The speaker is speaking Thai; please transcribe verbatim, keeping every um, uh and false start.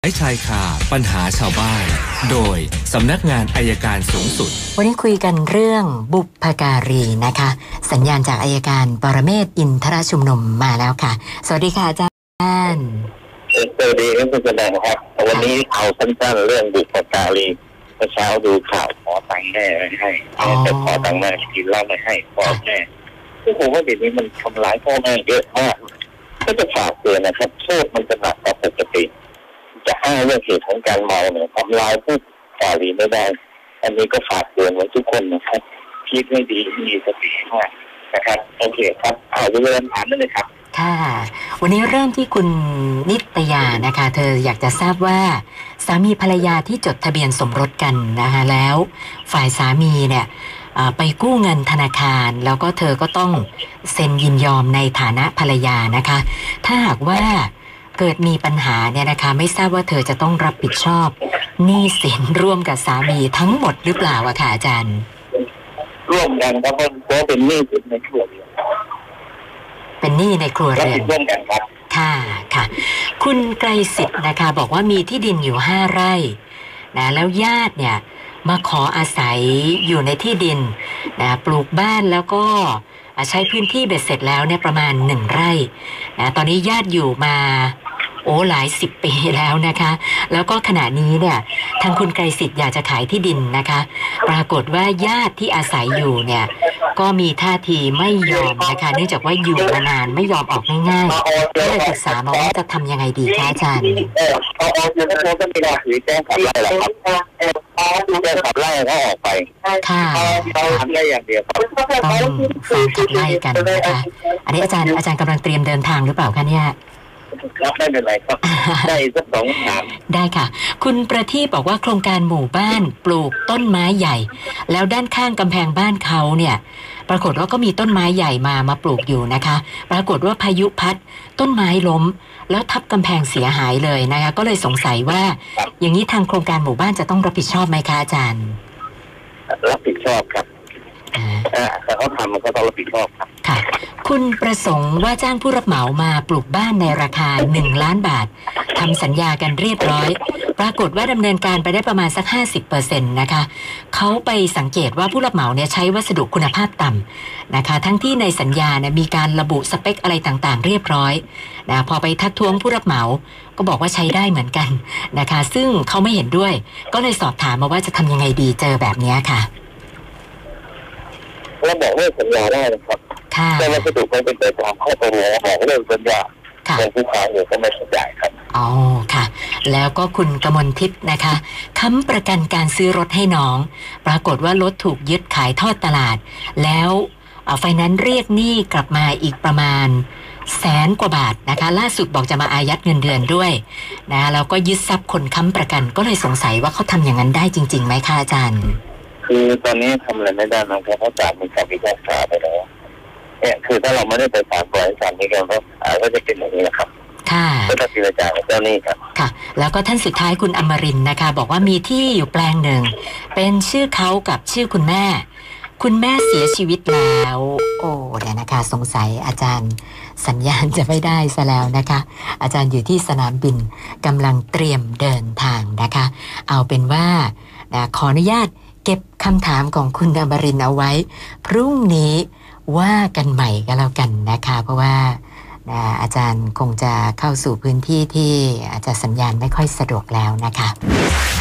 ไอ้ชายคาปัญหาชาวบ้านโดยสำนักงานอัยการสูงสุดวันนี้คุยกันเรื่องบุพการีนะคะสัญญาณจากอัยการปรเมศวร์อินทรชุมนุมมาแล้วค่ะสวัสดีค่ะอาจารย์สวัสดีครับคุณแสดงครับวันนี้เอาสั้นๆเรื่องบุพการีเมื่อเช้าดูข่าวขอตังค์แม่ไม่ให้แต่ขอตังค์แม่กินเหล้าไม่ให้พ่อแม่ซึ่งผมว่าเดี๋ยวนี้มันทำร้ายพ่อแม่เยอะมากก็จะฝากเตือนนะครับโทษมันจะหนักกว่าปกติจะอ้างเรื่องเหตุของการเมาเนี่ยทำลายผู้การีไม่ได้อันนี้ก็ฝากเตือนไว้ทุกคนนะครับคิดให้ดีมีสติมากนะครับโอเคครับเอาเรื่องถามได้เลยครับค่ะวันนี้เริ่มที่คุณนิตยานะคะเธออยากจะทราบว่าสามีภรรยาที่จดทะเบียนสมรสกันนะคะแล้วฝ่ายสามีเนี่ยไปกู้เงินธนาคารแล้วก็เธอก็ต้องเซ็นยินยอมในฐานะภรรยานะคะถ้าหากว่าเกิดมีปัญหาเนี่ยนะคะไม่ทราบว่าเธอจะต้องรับผิดชอบหนี้สินร่วมกับสามีทั้งหมดหรือเปล่าอะค่ะอาจารย์ร่วมกันครับเพราะเป็นหนี้สินในครัวเรือนเป็นหนี้ในครัวเรือนร่วมกันครับค่ะค่ะคุณไกรสิทธิ์นะคะบอกว่ามีที่ดินอยู่ห้าไร่นะแล้วญาติเนี่ยมาขออาศัยอยู่ในที่ดินนะปลูกบ้านแล้วก็ใช้พื้นที่เบ็ดเสร็จแล้วเนี่ยประมาณหนึ่งไร่นะตอนนี้ญาติอยู่มาโอ้หลายสิบปีแล้วนะคะแล้วก็ขณะนี้เนี่ยทางคุณไกรสิทธิ์อยากจะขายที่ดินนะคะปรากฏว่าญาติที่อาศัยอยู่เนี่ยก็มีท่าทีไม่ยอมนะคะเนื่องจากว่าอยู่มานานไม่ยอมออกง่ายๆก็เลยปรึกษามาว่าจะทำยังไงดีคะอาจารย์พอออกอยู่แล้วก็มีหน้าที่แจ้งขับไล่แหละครับแจ้งขับไล่เขาออกไปค่ะเขาทำได้อย่างเดียวต้องฟังขับไล่กันนะคะอันนี้อาจารย์อาจารย์กำลังเตรียมเดินทางหรือเปล่าคะเนี่ยครับไม่เป็นไรครับได้สักสองถามได้ค่ะคุณประทีปบอกว่าโครงการหมู่บ้านปลูกต้นไม้ใหญ่แล้วด้านข้างกำแพงบ้านเขาเนี่ยปรากฏว่าก็มีต้นไม้ใหญ่มามาปลูกอยู่นะคะปรากฏว่าพายุพัดต้นไม้ล้มแล้วทับกำแพงเสียหายเลยนะคะก็เลยสงสัยว่าอย่างนี้ทางโครงการหมู่บ้านจะต้องรับผิดชอบไหมคะอาจารย์รับผิดชอบครับอ่าแต่เขาทำมันก็ต้องรับผิดชอบครับค่ะคุณประสงค์ว่าจ้างผู้รับเหมามาปลูกบ้านในราคาหนึ่งล้านบาททำสัญญากันเรียบร้อยปรากฏว่าดำเนินการไปได้ประมาณสัก ห้าสิบเปอร์เซ็นต์ นะคะเขาไปสังเกตว่าผู้รับเหมาเนี่ยใช้วัสดุคุณภาพต่ำนะคะทั้งที่ในสัญญาเนี่ยมีการระบุสเปคอะไรต่างๆเรียบร้อยนะพอไปทักท้วงผู้รับเหมาก็บอกว่าใช้ได้เหมือนกันนะคะซึ่งเขาไม่เห็นด้วยก็เลยสอบถามมาว่าจะทำยังไงดีเจอแบบนี้ค่ะเราบอกเรื่องสัญญาได้นะครับแต่วัสดุคงเป็นไปตามข้อตกลงของเรื่องสัญญาของผู้ค้าเนี่ยก็ไม่สนใจครับอ๋อค่ะแล้วก็คุณกมลทิพย์นะคะค้ำประกันการซื้อรถให้น้องปรากฏว่ารถถูกยึดขายทอดตลาดแล้วไฟแนนซ์เรียกหนี้กลับมาอีกประมาณแสนกว่าบาทนะคะล่าสุดบอกจะมาอายัดเงินเดือนด้วยนะแล้วก็ยึดทรัพย์คนค้ำประกันก็เลยสงสัยว่าเขาทำอย่างนั้นได้จริงๆไหมคะอาจารย์คือตอนนี้ทำอะไรไม่ได้นะเพราะเขาจ่ายมีการพิพากษาไปแล้วเนี่ยคือถ้าเราไม่ได้ไปศาลปล่อยศาลนี้กันก็จะเป็นอย่างนี้นะครับค่ะก็จะเจรจากับเจ้าหนี้ครับค่ะแล้วก็ท่านสุดท้ายคุณอมรินทร์นะคะบอกว่ามีที่อยู่แปลงหนึ่งเป็นชื่อเขากับชื่อคุณแม่คุณแม่เสียชีวิตแล้วโอ้เดี๋ยวนะคะสงสัยอาจารย์สัญญาณจะไม่ได้ซะแล้วนะคะอาจารย์อยู่ที่สนามบินกำลังเตรียมเดินทางนะคะเอาเป็นว่าขออนุญาตเก็บคำถามของคุณอมรินทร์เอาไว้พรุ่งนี้ว่ากันใหม่ก็แล้วกันนะคะเพราะว่าอาจารย์คงจะเข้าสู่พื้นที่ที่อาจจะสัญญาณไม่ค่อยสะดวกแล้วนะคะ